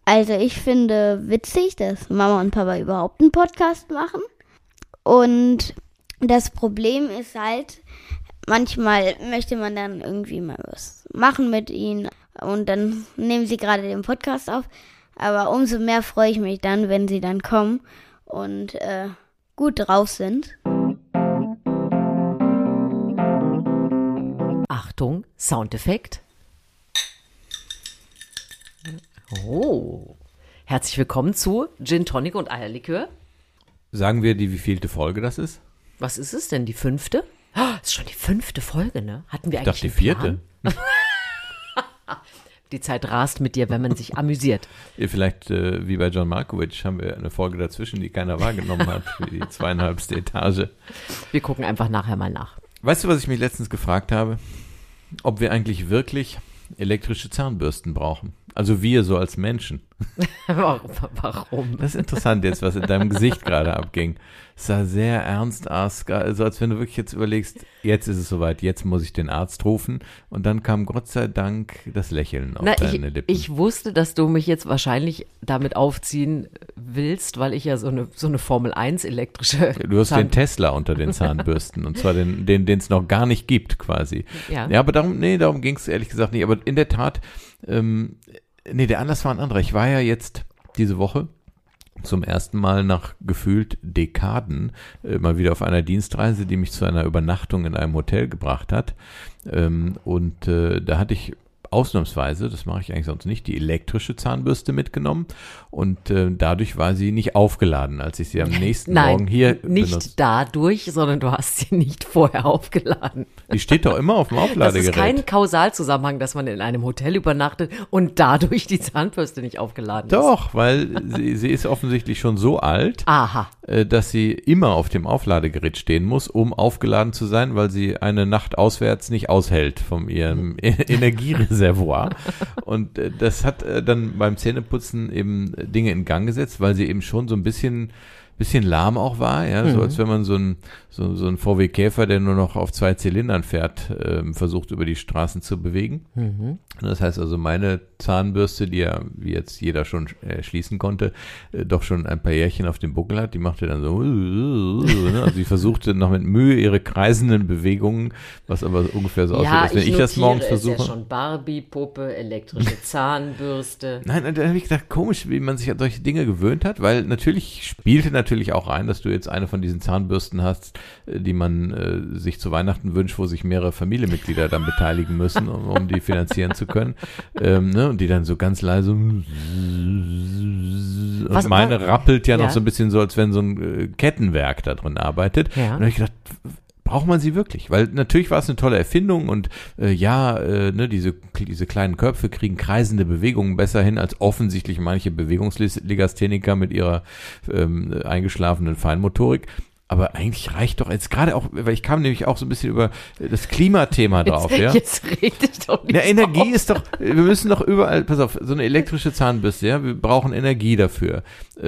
Also ich finde witzig, dass Mama und Papa überhaupt einen Podcast machen. Und das Problem ist halt, manchmal möchte man dann irgendwie mal was machen mit ihnen. Und dann nehmen sie gerade den Podcast auf. Aber umso mehr freue ich mich dann, wenn sie dann kommen und gut drauf sind. Achtung, Soundeffekt. Oh, herzlich willkommen zu Gin Tonic und Eierlikör. Sagen wir, die wievielte Folge das ist? Was ist es denn, die 5.? Oh, ist schon die 5. Folge, ne? Hatten wir Ich eigentlich dachte, die 4. Die Zeit rast mit dir, wenn man sich amüsiert. Vielleicht wie bei John Malkovich haben wir eine Folge dazwischen, die keiner wahrgenommen hat, für die 2,5. Etage. Wir gucken einfach nachher mal nach. Weißt du, was ich mich letztens gefragt habe? Ob wir eigentlich wirklich elektrische Zahnbürsten brauchen. Also wir so als Menschen. Warum? Das ist interessant jetzt, was in deinem Gesicht gerade abging. Es sah sehr ernst aus, also als wenn du wirklich jetzt überlegst, jetzt ist es soweit, jetzt muss ich den Arzt rufen. Und dann kam Gott sei Dank das Lächeln auf deine Lippen. Ich wusste, dass du mich jetzt wahrscheinlich damit aufziehen willst, weil ich ja so eine Formel 1 elektrische Du hast den Tesla unter den Zahnbürsten und zwar den es noch gar nicht gibt quasi. Ja, aber darum ging es ehrlich gesagt nicht. Aber in der Tat, der Anlass war ein anderer. Ich war ja jetzt diese Woche zum ersten Mal nach gefühlt Dekaden mal wieder auf einer Dienstreise, die mich zu einer Übernachtung in einem Hotel gebracht hat. Da hatte ich ausnahmsweise, das mache ich eigentlich sonst nicht, die elektrische Zahnbürste mitgenommen und dadurch war sie nicht aufgeladen, als ich sie am nächsten Morgen hier benutzt. Nicht dadurch, sondern du hast sie nicht vorher aufgeladen. Die steht doch immer auf dem Aufladegerät. Das ist kein Kausalzusammenhang, dass man in einem Hotel übernachtet und dadurch die Zahnbürste nicht aufgeladen ist. Doch, weil sie ist offensichtlich schon so alt, dass sie immer auf dem Aufladegerät stehen muss, um aufgeladen zu sein, weil sie eine Nacht auswärts nicht aushält von ihrem Energiereservoir. Und das hat dann beim Zähneputzen eben Dinge in Gang gesetzt, weil sie eben schon so ein bisschen lahm auch war, ja, so als wenn man so ein VW Käfer, der nur noch auf 2 Zylindern fährt, versucht über die Straßen zu bewegen. Das heißt also, meine Zahnbürste, die ja, wie jetzt jeder schon schließen konnte, doch schon ein paar Jährchen auf dem Buckel hat, die machte dann so, also sie versuchte noch mit Mühe ihre kreisenden Bewegungen, was aber ungefähr so aussieht, als wenn ich das morgens versuche. Ja, schon Barbie-Puppe, elektrische Zahnbürste. Nein, da habe ich gedacht, komisch, wie man sich an solche Dinge gewöhnt hat, weil natürlich spielte natürlich auch rein, dass du jetzt eine von diesen Zahnbürsten hast, die man sich zu Weihnachten wünscht, wo sich mehrere Familienmitglieder dann beteiligen müssen, um die finanzieren zu können. Und die dann so ganz leise und meine rappelt ja noch so ein bisschen so, als wenn so ein Kettenwerk da drin arbeitet. Ja. Und da habe ich gedacht, braucht man sie wirklich? Weil natürlich war es eine tolle Erfindung und diese kleinen Köpfe kriegen kreisende Bewegungen besser hin als offensichtlich manche Bewegungslegastheniker mit ihrer eingeschlafenen Feinmotorik. Aber eigentlich reicht doch jetzt gerade auch, weil ich kam nämlich auch so ein bisschen über das Klimathema drauf, ja. Jetzt reg dich doch nicht. Ja, Energie ist doch, wir müssen doch überall, pass auf, so eine elektrische Zahnbürste, ja, wir brauchen Energie dafür.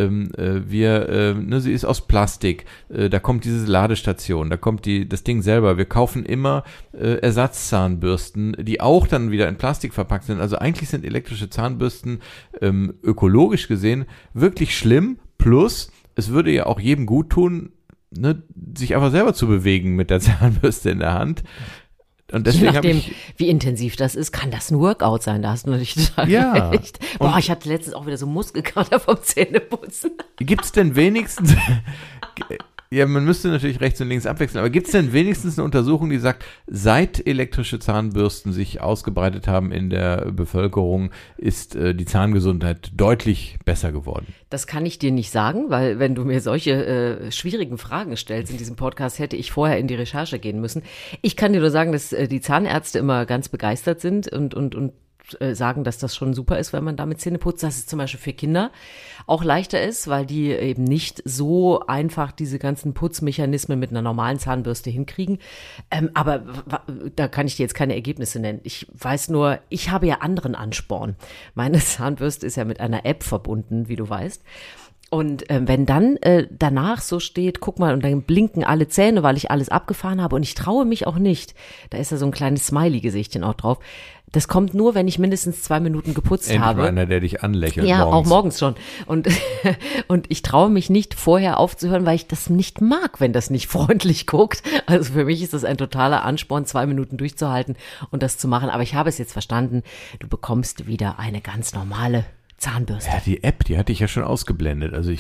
Sie ist aus Plastik, da kommt diese Ladestation, da kommt das Ding selber. Wir kaufen immer Ersatzzahnbürsten, die auch dann wieder in Plastik verpackt sind. Also eigentlich sind elektrische Zahnbürsten ökologisch gesehen wirklich schlimm. Plus, es würde ja auch jedem gut tun, sich einfach selber zu bewegen mit der Zahnbürste in der Hand. Und deswegen je nachdem, wie intensiv das ist, kann das ein Workout sein. Da hast du natürlich total recht. Boah, ich hatte letztens auch wieder so Muskelkater vom Zähneputzen. Gibt's denn wenigstens... Ja, man müsste natürlich rechts und links abwechseln, aber gibt es denn wenigstens eine Untersuchung, die sagt, seit elektrische Zahnbürsten sich ausgebreitet haben in der Bevölkerung, ist die Zahngesundheit deutlich besser geworden? Das kann ich dir nicht sagen, weil wenn du mir solche schwierigen Fragen stellst in diesem Podcast, hätte ich vorher in die Recherche gehen müssen. Ich kann dir nur sagen, dass die Zahnärzte immer ganz begeistert sind und sagen, dass das schon super ist, wenn man damit Zähne putzt, dass es zum Beispiel für Kinder auch leichter ist, weil die eben nicht so einfach diese ganzen Putzmechanismen mit einer normalen Zahnbürste hinkriegen. Aber da kann ich dir jetzt keine Ergebnisse nennen. Ich weiß nur, ich habe ja anderen Ansporn. Meine Zahnbürste ist ja mit einer App verbunden, wie du weißt. Und wenn dann danach so steht, guck mal, und dann blinken alle Zähne, weil ich alles abgefahren habe und ich traue mich auch nicht, da ist ja so ein kleines Smiley-Gesichtchen auch drauf, das kommt nur, wenn ich mindestens 2 Minuten geputzt habe. Einer, der dich anlächelt ja, morgens. Auch morgens schon. Und ich traue mich nicht, vorher aufzuhören, weil ich das nicht mag, wenn das nicht freundlich guckt. Also für mich ist das ein totaler Ansporn, 2 Minuten durchzuhalten und das zu machen. Aber ich habe es jetzt verstanden, du bekommst wieder eine ganz normale Zahnbürste. Ja, die App, die hatte ich ja schon ausgeblendet. Also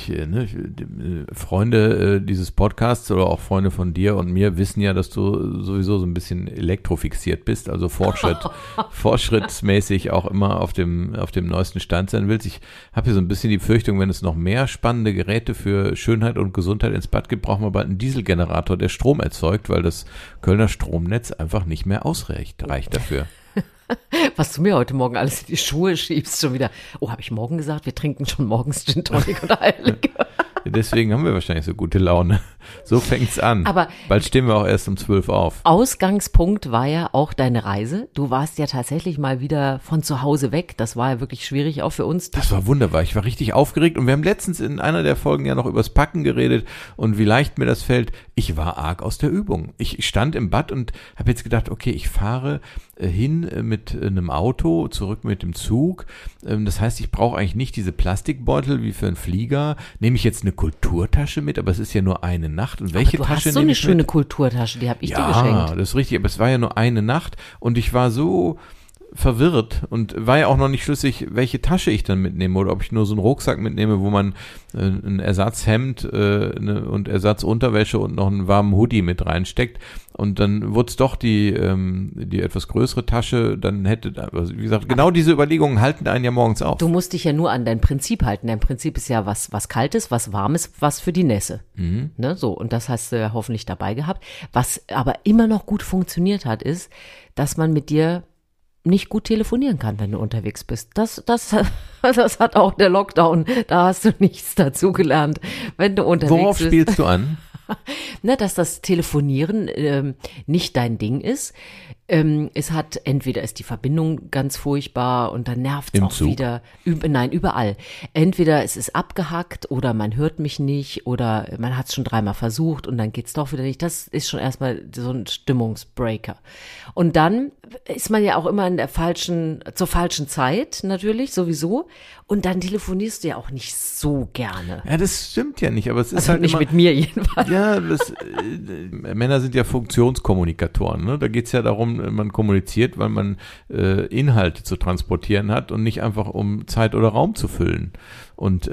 Freunde dieses Podcasts oder auch Freunde von dir und mir wissen ja, dass du sowieso so ein bisschen elektrofixiert bist, also fortschrittsmäßig auch immer auf dem neuesten Stand sein willst. Ich habe hier so ein bisschen die Befürchtung, wenn es noch mehr spannende Geräte für Schönheit und Gesundheit ins Bad gibt, brauchen wir bald einen Dieselgenerator, der Strom erzeugt, weil das Kölner Stromnetz einfach nicht mehr reicht dafür. Was du mir heute Morgen alles in die Schuhe schiebst, schon wieder. Oh, habe ich morgen gesagt, wir trinken schon morgens Gin Tonic oder Heiliger. Deswegen haben wir wahrscheinlich so gute Laune. So fängt's an. Aber bald stehen wir auch erst um 12 auf. Ausgangspunkt war ja auch deine Reise. Du warst ja tatsächlich mal wieder von zu Hause weg. Das war ja wirklich schwierig auch für uns. Das war wunderbar. Ich war richtig aufgeregt und wir haben letztens in einer der Folgen ja noch übers Packen geredet und wie leicht mir das fällt. Ich war arg aus der Übung. Ich stand im Bad und habe jetzt gedacht, okay, ich fahre hin mit einem Auto, zurück mit dem Zug. Das heißt, ich brauche eigentlich nicht diese Plastikbeutel wie für einen Flieger. Nehme ich jetzt eine Kulturtasche mit, aber es ist ja nur eine Nacht. Und welche aber du Tasche hast so eine schöne Kulturtasche, die habe ich dir geschenkt. Ja, das ist richtig, aber es war ja nur eine Nacht und ich war so verwirrt und war ja auch noch nicht schlüssig, welche Tasche ich dann mitnehme oder ob ich nur so einen Rucksack mitnehme, wo man ein Ersatzhemd und Ersatzunterwäsche und noch einen warmen Hoodie mit reinsteckt. Und dann wurde es doch die etwas größere Tasche, dann also wie gesagt, genau diese Überlegungen halten einen ja morgens auf. Du musst dich ja nur an dein Prinzip halten. Dein Prinzip ist ja was Kaltes, was Warmes, was für die Nässe. Mhm. Ne, so, und das hast du ja hoffentlich dabei gehabt. Was aber immer noch gut funktioniert hat, ist, dass man mit dir nicht gut telefonieren kann, wenn du unterwegs bist. Das hat auch der Lockdown, da hast du nichts dazu gelernt, wenn du unterwegs bist. Worauf spielst du an? Na, dass das Telefonieren nicht dein Ding ist. Es hat, entweder ist die Verbindung ganz furchtbar und dann nervt es auch Zug? wieder. Nein, überall. Entweder es ist abgehackt oder man hört mich nicht oder man hat es schon 3-mal versucht und dann geht's doch wieder nicht. Das ist schon erstmal so ein Stimmungsbreaker. Und dann ist man ja auch immer zur falschen Zeit natürlich, sowieso. Und dann telefonierst du ja auch nicht so gerne. Ja, das stimmt ja nicht, aber es ist also halt nicht immer, mit mir jedenfalls. Ja, Männer sind ja Funktionskommunikatoren. Ne? Da geht's ja darum, man kommuniziert, weil man Inhalte zu transportieren hat und nicht einfach um Zeit oder Raum zu füllen. Und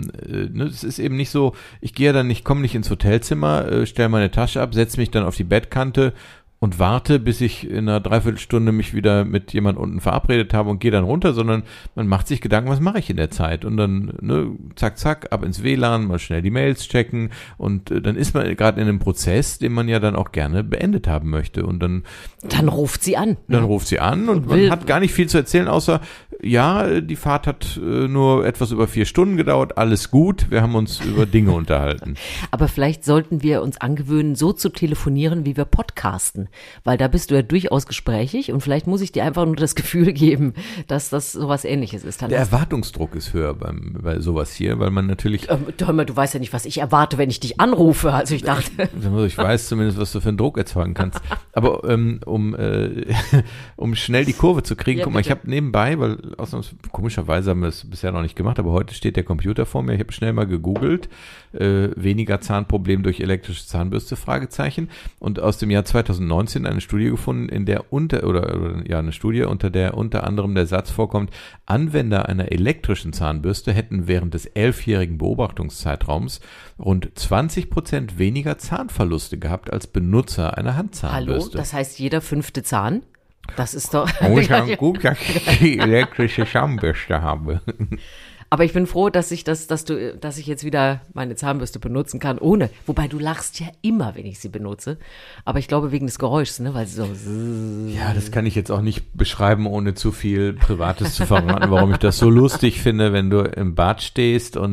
es ist eben nicht so, ich komme nicht ins Hotelzimmer, stelle meine Tasche ab, setze mich dann auf die Bettkante und warte, bis ich in einer Dreiviertelstunde mich wieder mit jemand unten verabredet habe und gehe dann runter, sondern man macht sich Gedanken, was mache ich in der Zeit? Und dann, zack, zack, ab ins WLAN, mal schnell die Mails checken und dann ist man gerade in einem Prozess, den man ja dann auch gerne beendet haben möchte. Und dann ruft sie an. Dann ruft sie an und man hat gar nicht viel zu erzählen, außer, ja, die Fahrt hat nur etwas über 4 Stunden gedauert, alles gut, wir haben uns über Dinge unterhalten. Aber vielleicht sollten wir uns angewöhnen, so zu telefonieren, wie wir podcasten. Weil da bist du ja durchaus gesprächig und vielleicht muss ich dir einfach nur das Gefühl geben, dass das sowas Ähnliches ist. Der Erwartungsdruck ist höher bei sowas hier, weil man natürlich... Du weißt ja nicht, was ich erwarte, wenn ich dich anrufe. Also ich dachte... Ich weiß zumindest, was du für einen Druck erzeugen kannst. Aber um schnell die Kurve zu kriegen, ja, guck mal, ich habe nebenbei, weil komischerweise haben wir es bisher noch nicht gemacht, aber heute steht der Computer vor mir, ich habe schnell mal gegoogelt, weniger Zahnproblem durch elektrische Zahnbürste, Fragezeichen, und aus dem Jahr 2019 eine Studie gefunden, in der eine Studie, unter der unter anderem der Satz vorkommt, Anwender einer elektrischen Zahnbürste hätten während des 11-jährigen Beobachtungszeitraums rund 20% weniger Zahnverluste gehabt als Benutzer einer Handzahnbürste. Hallo, das heißt jeder 5. Zahn? Das ist doch... Ich kann gut, dass ich die elektrische Zahnbürste habe. Aber ich bin froh, dass ich jetzt wieder meine Zahnbürste benutzen kann, ohne. Wobei du lachst ja immer, wenn ich sie benutze. Aber ich glaube wegen des Geräuschs, ne, weil sie so. Ja, das kann ich jetzt auch nicht beschreiben, ohne zu viel Privates zu verraten, warum ich das so lustig finde, wenn du im Bad stehst und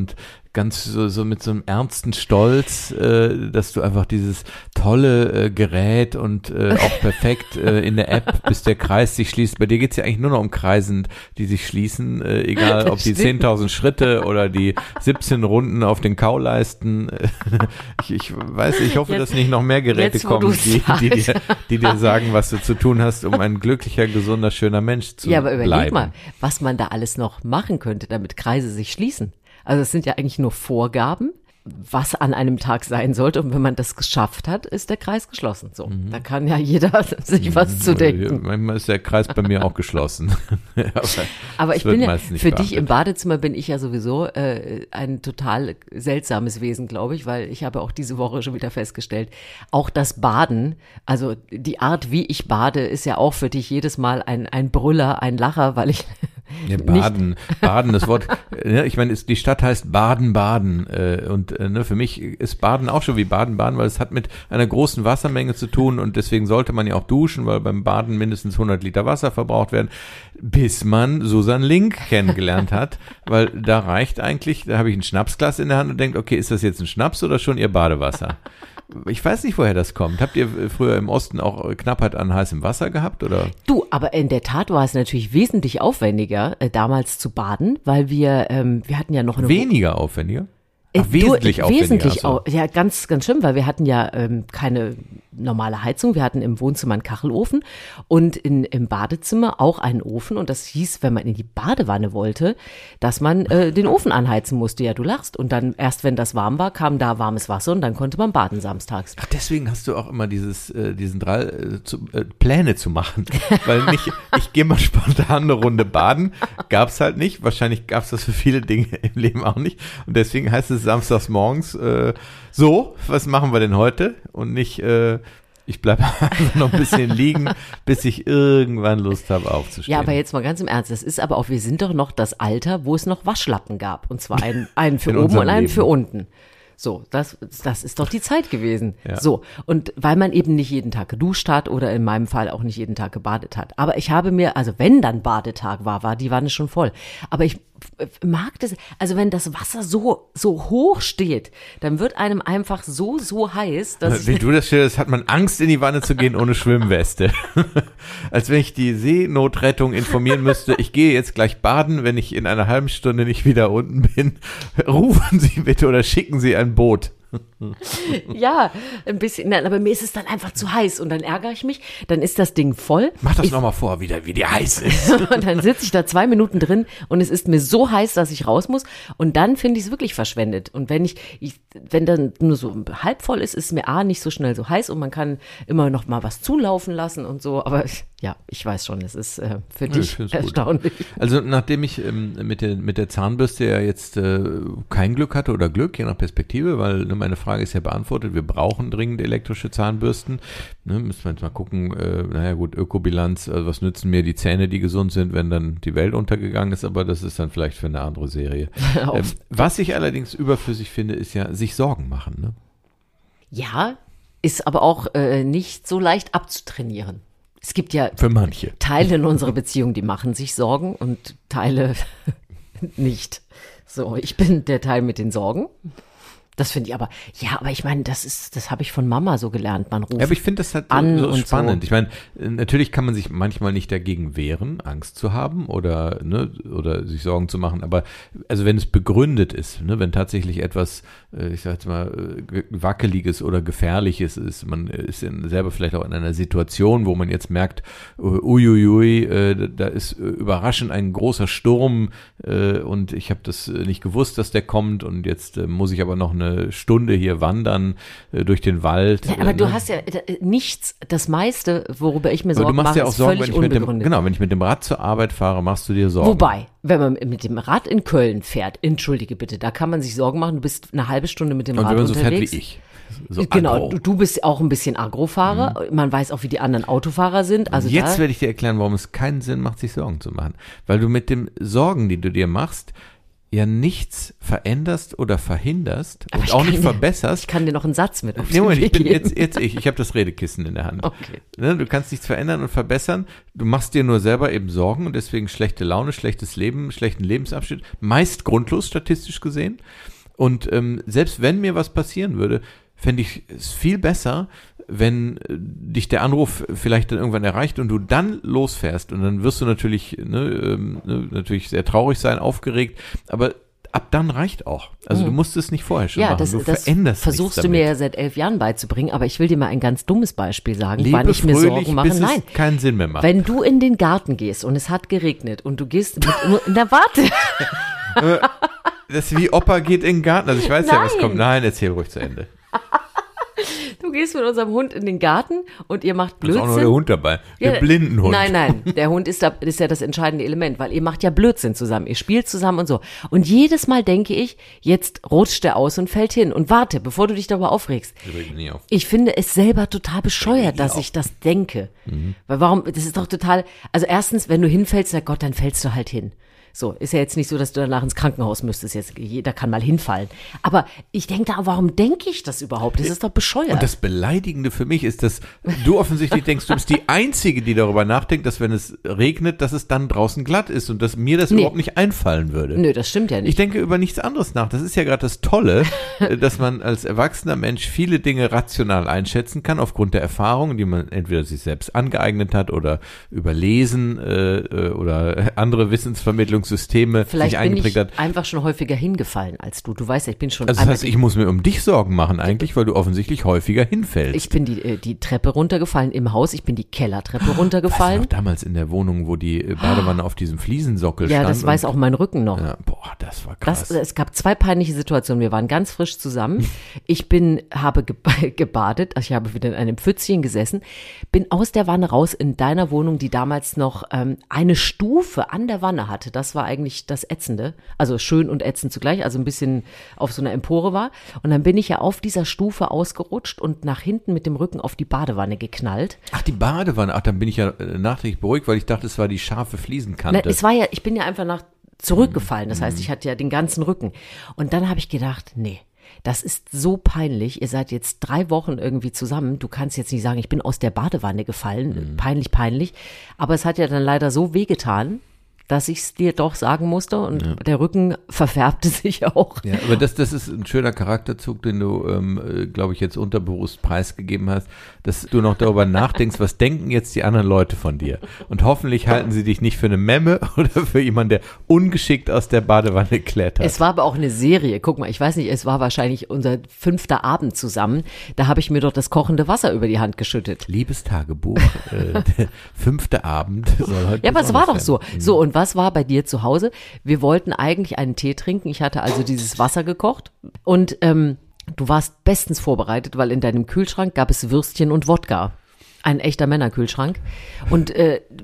ganz so mit so einem ernsten Stolz, dass du einfach dieses tolle Gerät und auch perfekt in der App, bis der Kreis sich schließt. Bei dir geht's ja eigentlich nur noch um Kreisen, die sich schließen, egal ob die 10.000 Schritte oder die 17 Runden auf den Kauleisten. Ich weiß, ich hoffe, dass nicht noch mehr Geräte kommen, die dir sagen, was du zu tun hast, um ein glücklicher, gesunder, schöner Mensch zu bleiben. Ja, aber überleg mal, was man da alles noch machen könnte, damit Kreise sich schließen. Also es sind ja eigentlich nur Vorgaben, was an einem Tag sein sollte. Und wenn man das geschafft hat, ist der Kreis geschlossen. So, da kann ja jeder sich was zu denken. Manchmal ist der Kreis bei mir auch geschlossen. aber ich bin ja, für dich im Badezimmer bin ich ja sowieso ein total seltsames Wesen, glaube ich, weil ich habe auch diese Woche schon wieder festgestellt, auch das Baden, also die Art, wie ich bade, ist ja auch für dich jedes Mal ein Brüller, ein Lacher, weil ich ja, Baden, das Wort, ja, ich meine, die Stadt heißt Baden-Baden und für mich ist Baden auch schon wie Baden-Baden, weil es hat mit einer großen Wassermenge zu tun und deswegen sollte man ja auch duschen, weil beim Baden mindestens 100 Liter Wasser verbraucht werden, bis man Susan Link kennengelernt hat, weil da reicht eigentlich, da habe ich ein Schnapsglas in der Hand und denkt, okay, ist das jetzt ein Schnaps oder schon ihr Badewasser? Ich weiß nicht, woher das kommt. Habt ihr früher im Osten auch Knappheit an heißem Wasser gehabt, oder? Du, aber in der Tat war es natürlich wesentlich aufwendiger, damals zu baden, weil wir hatten ja noch eine... Weniger aufwendiger? Ach, wesentlich aufwendiger. Wesentlich, ja, ganz, ganz schlimm, weil wir hatten ja keine normale Heizung. Wir hatten im Wohnzimmer einen Kachelofen und im Badezimmer auch einen Ofen. Und das hieß, wenn man in die Badewanne wollte, dass man den Ofen anheizen musste. Ja, du lachst. Und dann erst, wenn das warm war, kam da warmes Wasser und dann konnte man baden samstags. Ach, deswegen hast du auch immer Pläne zu machen. Weil nicht, ich gehe mal spontan eine Runde baden. Gab's halt nicht. Wahrscheinlich gab's das für viele Dinge im Leben auch nicht. Und deswegen heißt es samstags morgens, so, was machen wir denn heute? Und nicht, ich bleibe einfach noch ein bisschen liegen, bis ich irgendwann Lust habe aufzustehen. Ja, aber jetzt mal ganz im Ernst, das ist aber auch, wir sind doch noch das Alter, wo es noch Waschlappen gab. Und zwar einen für oben und einen für unten. So, das ist doch die Zeit gewesen. Ja. So, und weil man eben nicht jeden Tag geduscht hat oder in meinem Fall auch nicht jeden Tag gebadet hat. Aber ich habe mir, also wenn dann Badetag war die Wanne schon voll. Aber ich mag das, also wenn das Wasser so hoch steht, dann wird einem einfach so heiß, dass wie du das stellst, hat man Angst, in die Wanne zu gehen ohne Schwimmweste. Als wenn ich die Seenotrettung informieren müsste, ich gehe jetzt gleich baden, wenn ich in einer halben Stunde nicht wieder unten bin. Rufen Sie bitte oder schicken Sie ein Boot. Ja, ein bisschen, nein, aber mir ist es dann einfach zu heiß und dann ärgere ich mich, dann ist das Ding voll. Mach das nochmal vor, wie die heiß ist. Und dann sitze ich da 2 Minuten drin und es ist mir so heiß, dass ich raus muss und dann finde ich es wirklich verschwendet. Und wenn dann nur so halb voll ist es mir nicht so schnell so heiß und man kann immer noch mal was zulaufen lassen und so, aber ja, ich weiß schon, es ist für dich erstaunlich. Gut. Also nachdem ich mit der Zahnbürste ja jetzt kein Glück hatte oder Glück, je nach Perspektive, weil meine Frage ist ja beantwortet, wir brauchen dringend elektrische Zahnbürsten. Müssen wir jetzt mal gucken, Ökobilanz, also was nützen mir die Zähne, die gesund sind, wenn dann die Welt untergegangen ist, aber das ist dann vielleicht für eine andere Serie. Was ich allerdings überflüssig finde, ist ja sich Sorgen machen. Ne? Ja, ist aber auch nicht so leicht abzutrainieren. Es gibt ja für manche Teile in unserer Beziehung, die machen sich Sorgen und Teile nicht. So, ich bin der Teil mit den Sorgen. Das finde ich aber ich meine, das habe ich von Mama so gelernt. Man ruft aber ich finde das halt so spannend. So. Ich meine, natürlich kann man sich manchmal nicht dagegen wehren, Angst zu haben oder sich Sorgen zu machen. Aber also wenn es begründet ist, wenn tatsächlich etwas, ich sag jetzt mal, Wackeliges oder Gefährliches ist, man ist selber vielleicht auch in einer Situation, wo man jetzt merkt, da ist überraschend ein großer Sturm und ich habe das nicht gewusst, dass der kommt und jetzt muss ich aber noch eine Stunde hier wandern durch den Wald. Ja, aber du hast ja nichts, das meiste, worüber ich mir Sorgen mache, ist völlig unbegründet. Wenn ich mit dem Rad zur Arbeit fahre, machst du dir Sorgen. Wobei, wenn man mit dem Rad in Köln fährt, entschuldige bitte, da kann man sich Sorgen machen, du bist eine halbe Stunde mit dem Rad unterwegs. Und wenn man so fährt wie ich. So genau, du bist auch ein bisschen Agrofahrer, man weiß auch, wie die anderen Autofahrer sind. Also jetzt werde ich dir erklären, warum es keinen Sinn macht, sich Sorgen zu machen. Weil du mit den Sorgen, die du dir machst, ja nichts veränderst oder verhinderst aber und auch nicht verbesserst. Ich kann dir noch einen Satz mit auf den Weg geben. Ich habe das Redekissen in der Hand. Okay. Du kannst nichts verändern und verbessern. Du machst dir nur selber eben Sorgen und deswegen schlechte Laune, schlechtes Leben, schlechten Lebensabschnitt. Meist grundlos, statistisch gesehen. Und selbst wenn mir was passieren würde, fände ich es viel besser, wenn dich der Anruf vielleicht dann irgendwann erreicht und du dann losfährst. Und dann wirst du natürlich, natürlich sehr traurig sein, aufgeregt, aber ab dann reicht auch. Also du musst es nicht vorher schon machen. Du veränderst versuchst du mir ja seit 11 Jahren beizubringen, aber ich will dir mal ein ganz dummes Beispiel sagen, wann ich mir Sorgen mache. Nein, es keinen Sinn mehr macht. Wenn du in den Garten gehst und es hat geregnet und du gehst warte. Das ist wie Opa geht in den Garten. Also ich weiß ja, was kommt. Nein, erzähl ruhig zu Ende. Du gehst mit unserem Hund in den Garten und ihr macht Blödsinn. Da ist auch noch der Hund dabei, der Blindenhund. Nein, der Hund ist ja das entscheidende Element, weil ihr macht ja Blödsinn zusammen, ihr spielt zusammen und so. Und jedes Mal denke ich, jetzt rutscht der aus und fällt hin. Und warte, bevor du dich darüber aufregst. Ich finde es selber total bescheuert, dass ich das denke. Weil das ist doch total, also erstens, wenn du hinfällst, na Gott, dann fällst du halt hin. So, ist ja jetzt nicht so, dass du danach ins Krankenhaus müsstest. Jetzt, jeder kann mal hinfallen. Aber ich denke da, warum denke ich das überhaupt? Das ist doch bescheuert. Und das Beleidigende für mich ist, dass du offensichtlich denkst, du bist die Einzige, die darüber nachdenkt, dass wenn es regnet, dass es dann draußen glatt ist und dass mir das überhaupt nicht einfallen würde. Nö, das stimmt ja nicht. Ich denke über nichts anderes nach. Das ist ja gerade das Tolle, dass man als erwachsener Mensch viele Dinge rational einschätzen kann, aufgrund der Erfahrungen, die man entweder sich selbst angeeignet hat oder über Lesen oder andere Wissensvermittlungssysteme vielleicht sich eingeprägt hat. Vielleicht bin ich einfach schon häufiger hingefallen als du. Du weißt ja, ich bin schon... Also das heißt, ich muss mir um dich Sorgen machen eigentlich, weil du offensichtlich häufiger hinfällst. Ich bin die Treppe runtergefallen im Haus, ich bin die Kellertreppe runtergefallen. Weißt du noch, damals in der Wohnung, wo die Badewanne auf diesem Fliesenssockel stand? Ja, das weiß auch mein Rücken noch. Ja, das war krass. Es gab 2 peinliche Situationen. Wir waren ganz frisch zusammen. Ich habe gebadet, ich habe wieder in einem Pfützchen gesessen, bin aus der Wanne raus in deiner Wohnung, die damals noch eine Stufe an der Wanne hatte. Das war eigentlich das Ätzende. Also schön und ätzend zugleich, also ein bisschen auf so einer Empore war. Und dann bin ich ja auf dieser Stufe ausgerutscht und nach hinten mit dem Rücken auf die Badewanne geknallt. Ach, die Badewanne. Ach, dann bin ich ja nachträglich beruhigt, weil ich dachte, es war die scharfe Fliesenkante. Ich bin ja einfach zurückgefallen. Das heißt, ich hatte ja den ganzen Rücken. Und dann habe ich gedacht, nee. Das ist so peinlich. Ihr seid jetzt 3 Wochen irgendwie zusammen. Du kannst jetzt nicht sagen, ich bin aus der Badewanne gefallen. Peinlich. Aber es hat ja dann leider so wehgetan, dass ich es dir doch sagen musste und der Rücken verfärbte sich auch. Ja, aber das ist ein schöner Charakterzug, den du, glaube ich, jetzt unterbewusst preisgegeben hast, dass du noch darüber nachdenkst, was denken jetzt die anderen Leute von dir? Und hoffentlich halten sie dich nicht für eine Memme oder für jemanden, der ungeschickt aus der Badewanne klettert. Es war aber auch eine Serie. Guck mal, ich weiß nicht, es war wahrscheinlich unser 5. Abend zusammen. Da habe ich mir doch das kochende Wasser über die Hand geschüttet. Liebes Tagebuch, der 5. Abend soll heute Ja, aber es war doch so. sein. So, und was war bei dir zu Hause? Wir wollten eigentlich einen Tee trinken. Ich hatte also dieses Wasser gekocht und du warst bestens vorbereitet, weil in deinem Kühlschrank gab es Würstchen und Wodka. Ein echter Männerkühlschrank. Und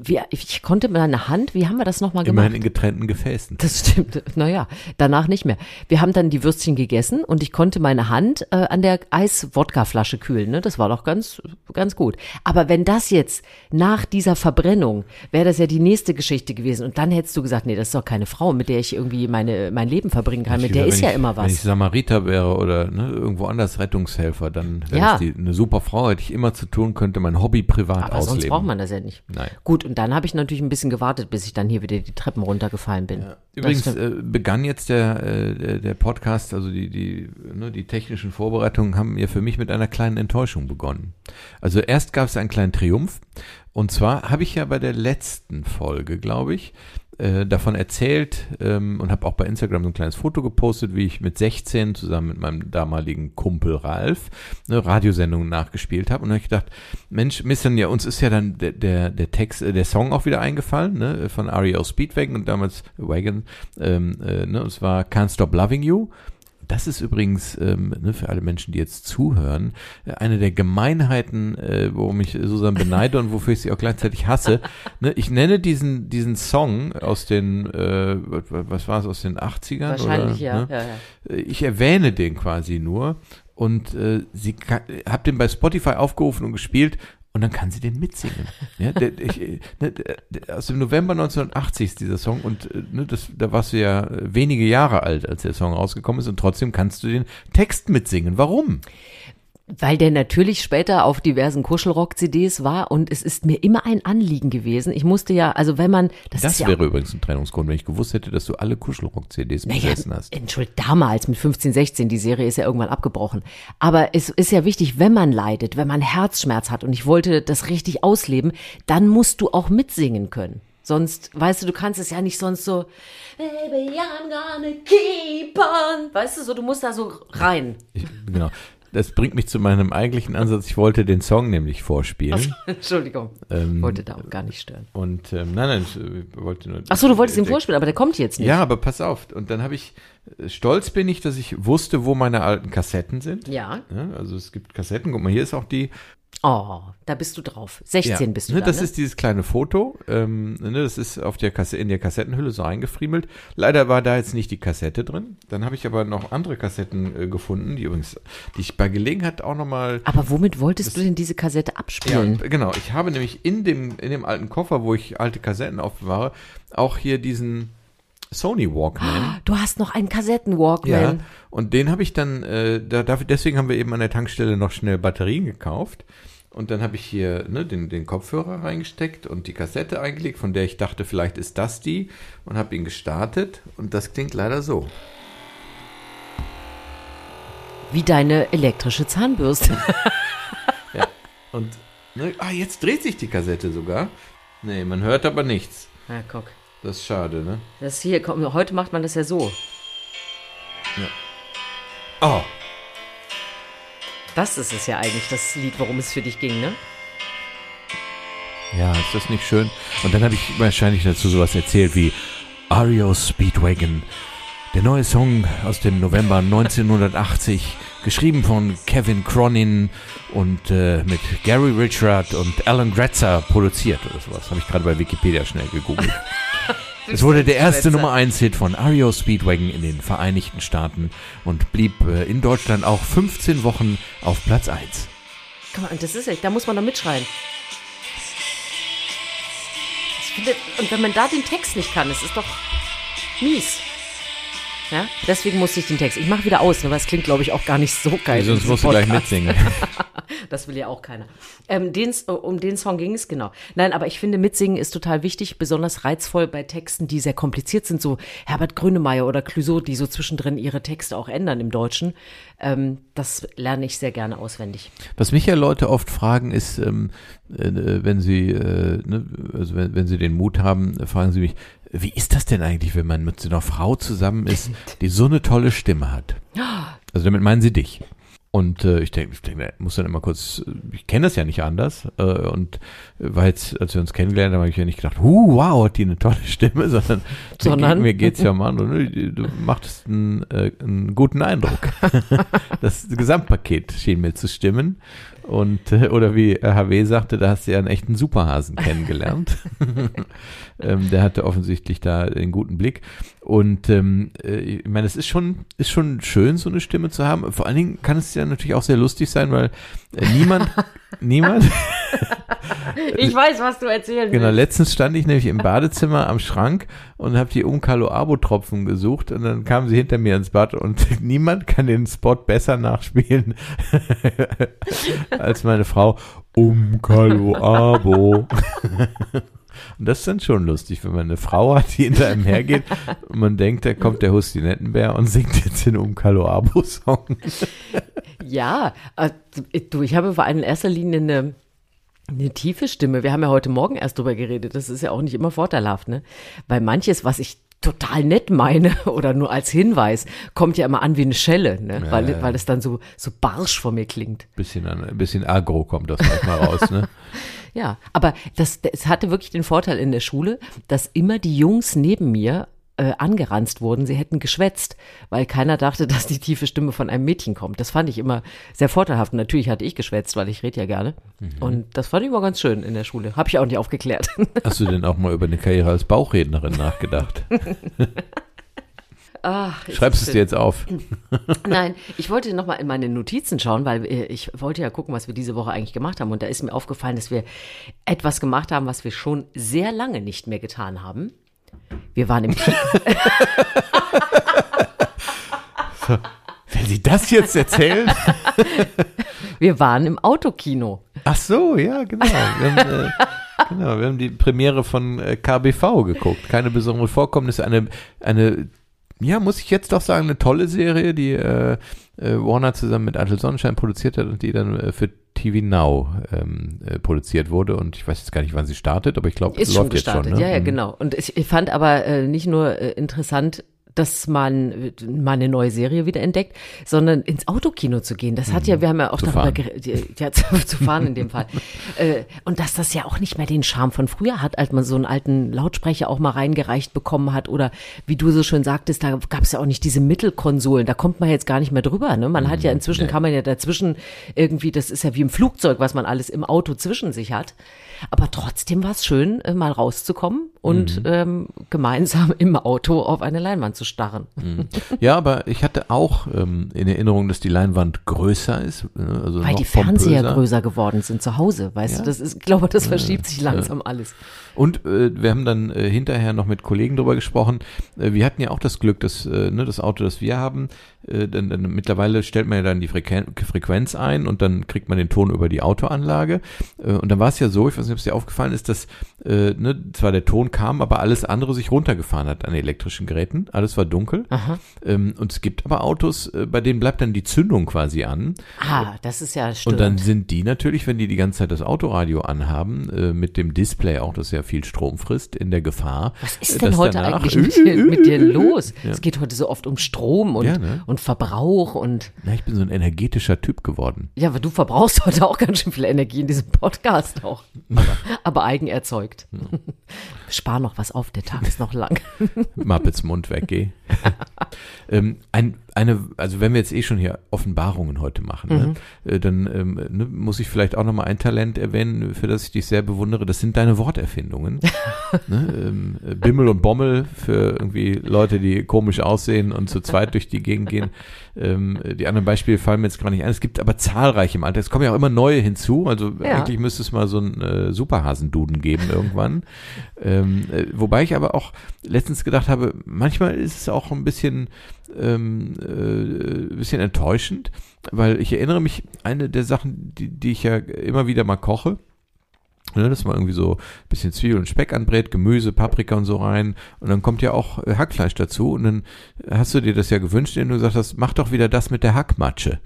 ich konnte mit meiner Hand, wie haben wir das nochmal gemacht? Immerhin in getrennten Gefäßen. Das stimmt. Naja, danach nicht mehr. Wir haben dann die Würstchen gegessen und ich konnte meine Hand an der Eis-Wodka-Flasche kühlen. Ne? Das war doch ganz, ganz gut. Aber wenn das jetzt nach dieser Verbrennung, wäre das ja die nächste Geschichte gewesen. Und dann hättest du gesagt, nee, das ist doch keine Frau, mit der ich irgendwie mein Leben verbringen kann. Mit der ist ja immer was. Wenn ich Samariter wäre oder irgendwo anders Rettungshelfer, dann wäre es eine super Frau, hätte ich immer zu tun, könnte mein Hobby privat aber ausleben. Sonst braucht man das ja nicht. Nein. Gut, und dann habe ich natürlich ein bisschen gewartet, bis ich dann hier wieder die Treppen runtergefallen bin. Ja. Übrigens begann jetzt der Podcast, also die technischen Vorbereitungen haben ja für mich mit einer kleinen Enttäuschung begonnen. Also erst gab es einen kleinen Triumph und zwar habe ich ja bei der letzten Folge, glaube ich, davon erzählt und habe auch bei Instagram so ein kleines Foto gepostet, wie ich mit 16 zusammen mit meinem damaligen Kumpel Ralf eine Radiosendung nachgespielt habe und dann habe ich gedacht, Mensch, uns ist ja dann der Text, der Song auch wieder eingefallen, ne, von REO Speedwagon und damals Wagon, es war Can't Stop Loving You. Das ist übrigens, für alle Menschen, die jetzt zuhören, eine der Gemeinheiten, worum ich Susan beneide und wofür ich sie auch gleichzeitig hasse. Ich nenne diesen Song aus den, was war es, aus den 80ern? Wahrscheinlich, oder, ja. Ich erwähne den quasi nur und hab den bei Spotify aufgerufen und gespielt. Und dann kann sie den mitsingen. Ja, aus dem November 1980 ist dieser Song und da warst du ja wenige Jahre alt, als der Song rausgekommen ist und trotzdem kannst du den Text mitsingen. Warum? Weil der natürlich später auf diversen Kuschelrock-CDs war und es ist mir immer ein Anliegen gewesen. Ich musste ja, also wenn man... Das wäre übrigens ein Trennungsgrund, wenn ich gewusst hätte, dass du alle Kuschelrock-CDs besessen hast. Entschuldigung, damals mit 15, 16, die Serie ist ja irgendwann abgebrochen. Aber es ist ja wichtig, wenn man leidet, wenn man Herzschmerz hat und ich wollte das richtig ausleben, dann musst du auch mitsingen können. Sonst, weißt du kannst es ja nicht sonst so, Baby, I'm gonna keep on. Weißt du, so, du musst da so rein. Genau. Das bringt mich zu meinem eigentlichen Ansatz. Ich wollte den Song nämlich vorspielen. Entschuldigung, wollte da auch gar nicht stören. Und nein, ich wollte nur... Achso, du wolltest ihn vorspielen, aber der kommt jetzt nicht. Ja, aber pass auf. Und dann stolz bin ich, dass ich wusste, wo meine alten Kassetten sind. Ja. Also es gibt Kassetten. Guck mal, hier ist auch die... Oh, da bist du drauf. 16 bist du da, Das ist dieses kleine Foto. Das ist in der Kassettenhülle so eingefriemelt. Leider war da jetzt nicht die Kassette drin. Dann habe ich aber noch andere Kassetten gefunden, die ich bei Gelegenheit auch nochmal... Aber womit wolltest du denn diese Kassette abspielen? Ja, genau. Ich habe nämlich in dem alten Koffer, wo ich alte Kassetten aufbewahre, auch hier diesen Sony Walkman. Du hast noch einen Kassetten-Walkman. Ja, und den habe ich dann, deswegen haben wir eben an der Tankstelle noch schnell Batterien gekauft. Und dann habe ich hier den Kopfhörer reingesteckt und die Kassette eingelegt, von der ich dachte, vielleicht ist das die. Und habe ihn gestartet. Und das klingt leider so. Wie deine elektrische Zahnbürste. Ja, und jetzt dreht sich die Kassette sogar. Nee, man hört aber nichts. Ja, guck. Das ist schade, ne? Das hier, heute macht man das ja so. Ja. Oh. Das ist es ja eigentlich, das Lied, worum es für dich ging, ne? Ja, ist das nicht schön? Und dann habe ich wahrscheinlich dazu sowas erzählt wie REO Speedwagon, der neue Song aus dem November 1980, geschrieben von Kevin Cronin und mit Gary Richard und Alan Gretzer produziert oder sowas. Habe ich gerade bei Wikipedia schnell gegoogelt. Es wurde der erste Nummer 1 Hit von REO Speedwagon in den Vereinigten Staaten und blieb in Deutschland auch 15 Wochen auf Platz 1. Guck mal, und das ist echt, da muss man doch mitschreien. Und wenn man da den Text nicht kann, das ist doch mies. Ja, deswegen musste ich den Text. Ich mache wieder aus, weil es klingt, glaube ich, auch gar nicht so geil. Sonst musst du gleich mitsingen. Das will ja auch keiner. Um den Song ging es, genau. Nein, aber ich finde, mitsingen ist total wichtig, besonders reizvoll bei Texten, die sehr kompliziert sind, so Herbert Grönemeyer oder Clouseau, die so zwischendrin ihre Texte auch ändern im Deutschen. Das lerne ich sehr gerne auswendig. Was mich ja Leute oft fragen ist, wenn sie wenn sie den Mut haben, fragen sie mich, wie ist das denn eigentlich, wenn man mit so einer Frau zusammen ist, die so eine tolle Stimme hat? Also damit meinen sie dich. Und ich denke, muss dann immer kurz, ich kenne das ja nicht anders. Und weil jetzt, als wir uns kennengelernt haben, habe ich ja nicht gedacht, wow, hat die eine tolle Stimme, sondern mir geht's ja mal, du machtest einen guten Eindruck. Das Gesamtpaket schien mir zu stimmen. Und, oder wie HW sagte, da hast du ja einen echten Superhasen kennengelernt. Der hatte offensichtlich da einen guten Blick. Und ich meine, es ist schon schön, so eine Stimme zu haben. Vor allen Dingen kann es ja natürlich auch sehr lustig sein, weil niemand ich weiß, was du erzählen willst. Genau, letztens stand ich nämlich im Badezimmer am Schrank und habe die Umkalo-Abo-Tropfen gesucht und dann kamen sie hinter mir ins Bad und niemand kann den Spot besser nachspielen als meine Frau. Umkalo-Abo. Und das ist dann schon lustig, wenn man eine Frau hat, die hinter einem hergeht und man denkt, da kommt der Hustinettenbär und singt jetzt den Umkalo-Abo-Song. Ja, ich habe vor allem in erster Linie eine tiefe Stimme. Wir haben ja heute Morgen erst drüber geredet. Das ist ja auch nicht immer vorteilhaft, ne? Weil manches, was ich total nett meine oder nur als Hinweis, kommt ja immer an wie eine Schelle, ne? Ja, weil es dann so barsch vor mir klingt. Ein bisschen Agro kommt das manchmal raus, ne? Ja, aber es hatte wirklich den Vorteil in der Schule, dass immer die Jungs neben mir angeranzt wurden, sie hätten geschwätzt, weil keiner dachte, dass die tiefe Stimme von einem Mädchen kommt. Das fand ich immer sehr vorteilhaft. Und natürlich hatte ich geschwätzt, weil ich rede ja gerne. Und das fand ich immer ganz schön in der Schule. Habe ich auch nicht aufgeklärt. Hast du denn auch mal über eine Karriere als Bauchrednerin nachgedacht? Schreibst du es dir jetzt auf? Nein, ich wollte noch mal in meine Notizen schauen, weil ich wollte ja gucken, was wir diese Woche eigentlich gemacht haben. Und da ist mir aufgefallen, dass wir etwas gemacht haben, was wir schon sehr lange nicht mehr getan haben. Wir waren im Kino. So, wenn Sie das jetzt erzählen? Wir waren im Autokino. Ach so, ja, genau. Wir haben die Premiere von KBV geguckt. Keine besondere Vorkommnisse. Eine, ja, muss ich jetzt doch sagen, eine tolle Serie, die Warner zusammen mit Adel Sonnenschein produziert hat und die dann für TV Now produziert wurde. Und ich weiß jetzt gar nicht, wann sie startet, aber ich glaube, es läuft jetzt schon. Ne? Ja, genau. Und ich fand aber nicht nur interessant, dass man mal eine neue Serie wieder entdeckt, sondern ins Autokino zu gehen. Das hat ja, wir haben ja auch darüber geredet, ja, zu fahren in dem Fall. Und dass das ja auch nicht mehr den Charme von früher hat, als man so einen alten Lautsprecher auch mal reingereicht bekommen hat oder wie du so schön sagtest, da gab es ja auch nicht diese Mittelkonsolen, da kommt man jetzt gar nicht mehr drüber. Ne? Man hat ja inzwischen, kann man ja dazwischen irgendwie, das ist ja wie im Flugzeug, was man alles im Auto zwischen sich hat. Aber trotzdem war es schön, mal rauszukommen und gemeinsam im Auto auf eine Leinwand zu starren. Ja, aber ich hatte auch in Erinnerung, dass die Leinwand größer ist. Also weil die Fernseher größer geworden sind zu Hause, weißt du, das ist, ich glaube, das verschiebt sich langsam alles. Und wir haben dann hinterher noch mit Kollegen drüber gesprochen. Wir hatten ja auch das Glück, dass das Auto, das wir haben, dann mittlerweile stellt man ja dann die Frequenz ein und dann kriegt man den Ton über die Autoanlage. Und dann war es ja so, ich weiß nicht, ob es dir aufgefallen ist, dass zwar der Ton kam, aber alles andere sich runtergefahren hat an elektrischen Geräten. Alles war dunkel. Und es gibt aber Autos, bei denen bleibt dann die Zündung quasi an. Das ist ja störend. Und dann sind die natürlich, wenn die ganze Zeit das Autoradio anhaben, mit dem Display auch, das ja viel Strom frisst, in der Gefahr. Was ist denn heute eigentlich mit dir los? Ja. Es geht heute so oft um Strom und Verbrauch und. Na, ich bin so ein energetischer Typ geworden. Ja, aber du verbrauchst heute auch ganz schön viel Energie in diesem Podcast auch. Aber eigen erzeugt. Ja. Spar noch was auf, der Tag ist noch lang. Muppets Mund weg, geh. Also wenn wir jetzt schon hier Offenbarungen heute machen, dann muss ich vielleicht auch nochmal ein Talent erwähnen, für das ich dich sehr bewundere. Das sind deine Worterfindungen. Bimmel und Bommel für irgendwie Leute, die komisch aussehen und zu zweit durch die Gegend gehen. Die anderen Beispiele fallen mir jetzt gar nicht ein. Es gibt aber zahlreiche im Alter. Es kommen ja auch immer neue hinzu. Also eigentlich müsste es mal so einen Superhasenduden geben irgendwann. Wobei ich aber auch letztens gedacht habe, manchmal ist es auch ein bisschen enttäuschend, weil ich erinnere mich, eine der Sachen, die ich ja immer wieder mal koche, dass man irgendwie so ein bisschen Zwiebeln und Speck anbrät, Gemüse, Paprika und so rein und dann kommt ja auch Hackfleisch dazu und dann hast du dir das ja gewünscht, indem du gesagt hast, mach doch wieder das mit der Hackmatsche.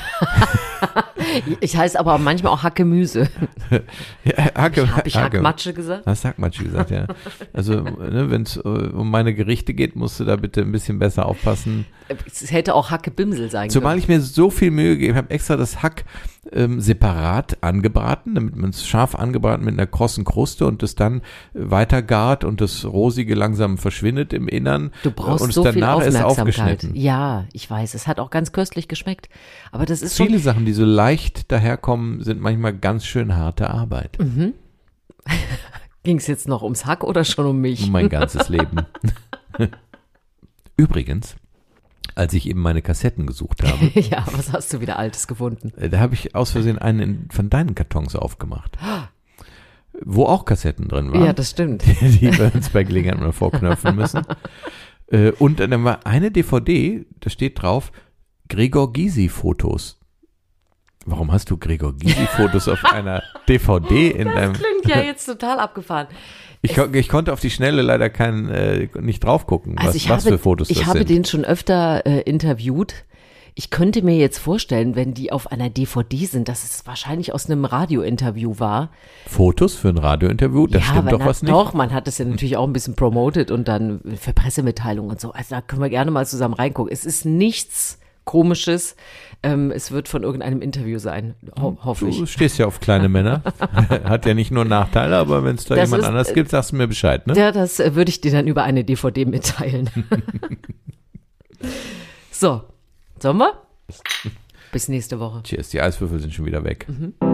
Ich heiße aber manchmal auch Hackgemüse. Ja, Habe ich Hackmatsche gesagt? Hast Hackmatsche gesagt, ja. Also, wenn es um meine Gerichte geht, musst du da bitte ein bisschen besser aufpassen. Es hätte auch Hackebimsel sein können. Zumal ich mir so viel Mühe gegeben habe, extra das Hack separat angebraten, damit man es scharf angebraten mit einer krossen Kruste und es dann weiter gart und das Rosige langsam verschwindet im Innern. Du brauchst und so viel Aufmerksamkeit. Ja, ich weiß, es hat auch ganz köstlich geschmeckt. Aber das ist viele Sachen, die so leicht daherkommen, sind manchmal ganz schön harte Arbeit. Ging es jetzt noch ums Hack oder schon um mich? Um mein ganzes Leben. Übrigens, als ich eben meine Kassetten gesucht habe. Ja, was hast du wieder Altes gefunden? Da habe ich aus Versehen einen von deinen Kartons aufgemacht. Wo auch Kassetten drin waren. Ja, das stimmt. Die wir uns bei Gelegenheit mal vorknöpfen müssen. Und dann war eine DVD, da steht drauf, Gregor Gysi-Fotos. Warum hast du Gregor Gysi-Fotos auf einer DVD in deinem... Das klingt ja jetzt total abgefahren. Ich konnte auf die Schnelle leider nicht drauf gucken, was für Fotos das sind. Ich habe den schon öfter interviewt. Ich könnte mir jetzt vorstellen, wenn die auf einer DVD sind, dass es wahrscheinlich aus einem Radiointerview war. Fotos für ein Radiointerview? Das stimmt doch was nicht. Doch, man hat es ja natürlich auch ein bisschen promotet und dann für Pressemitteilungen und so. Also da können wir gerne mal zusammen reingucken. Es ist nichts Komisches. Es wird von irgendeinem Interview sein, hoffe ich. Du stehst ja auf kleine Männer. Hat ja nicht nur Nachteile, aber wenn es da jemand anders gibt, sagst du mir Bescheid, ne? Ja, das würde ich dir dann über eine DVD mitteilen. So, sollen wir? Bis nächste Woche. Cheers, die Eiswürfel sind schon wieder weg.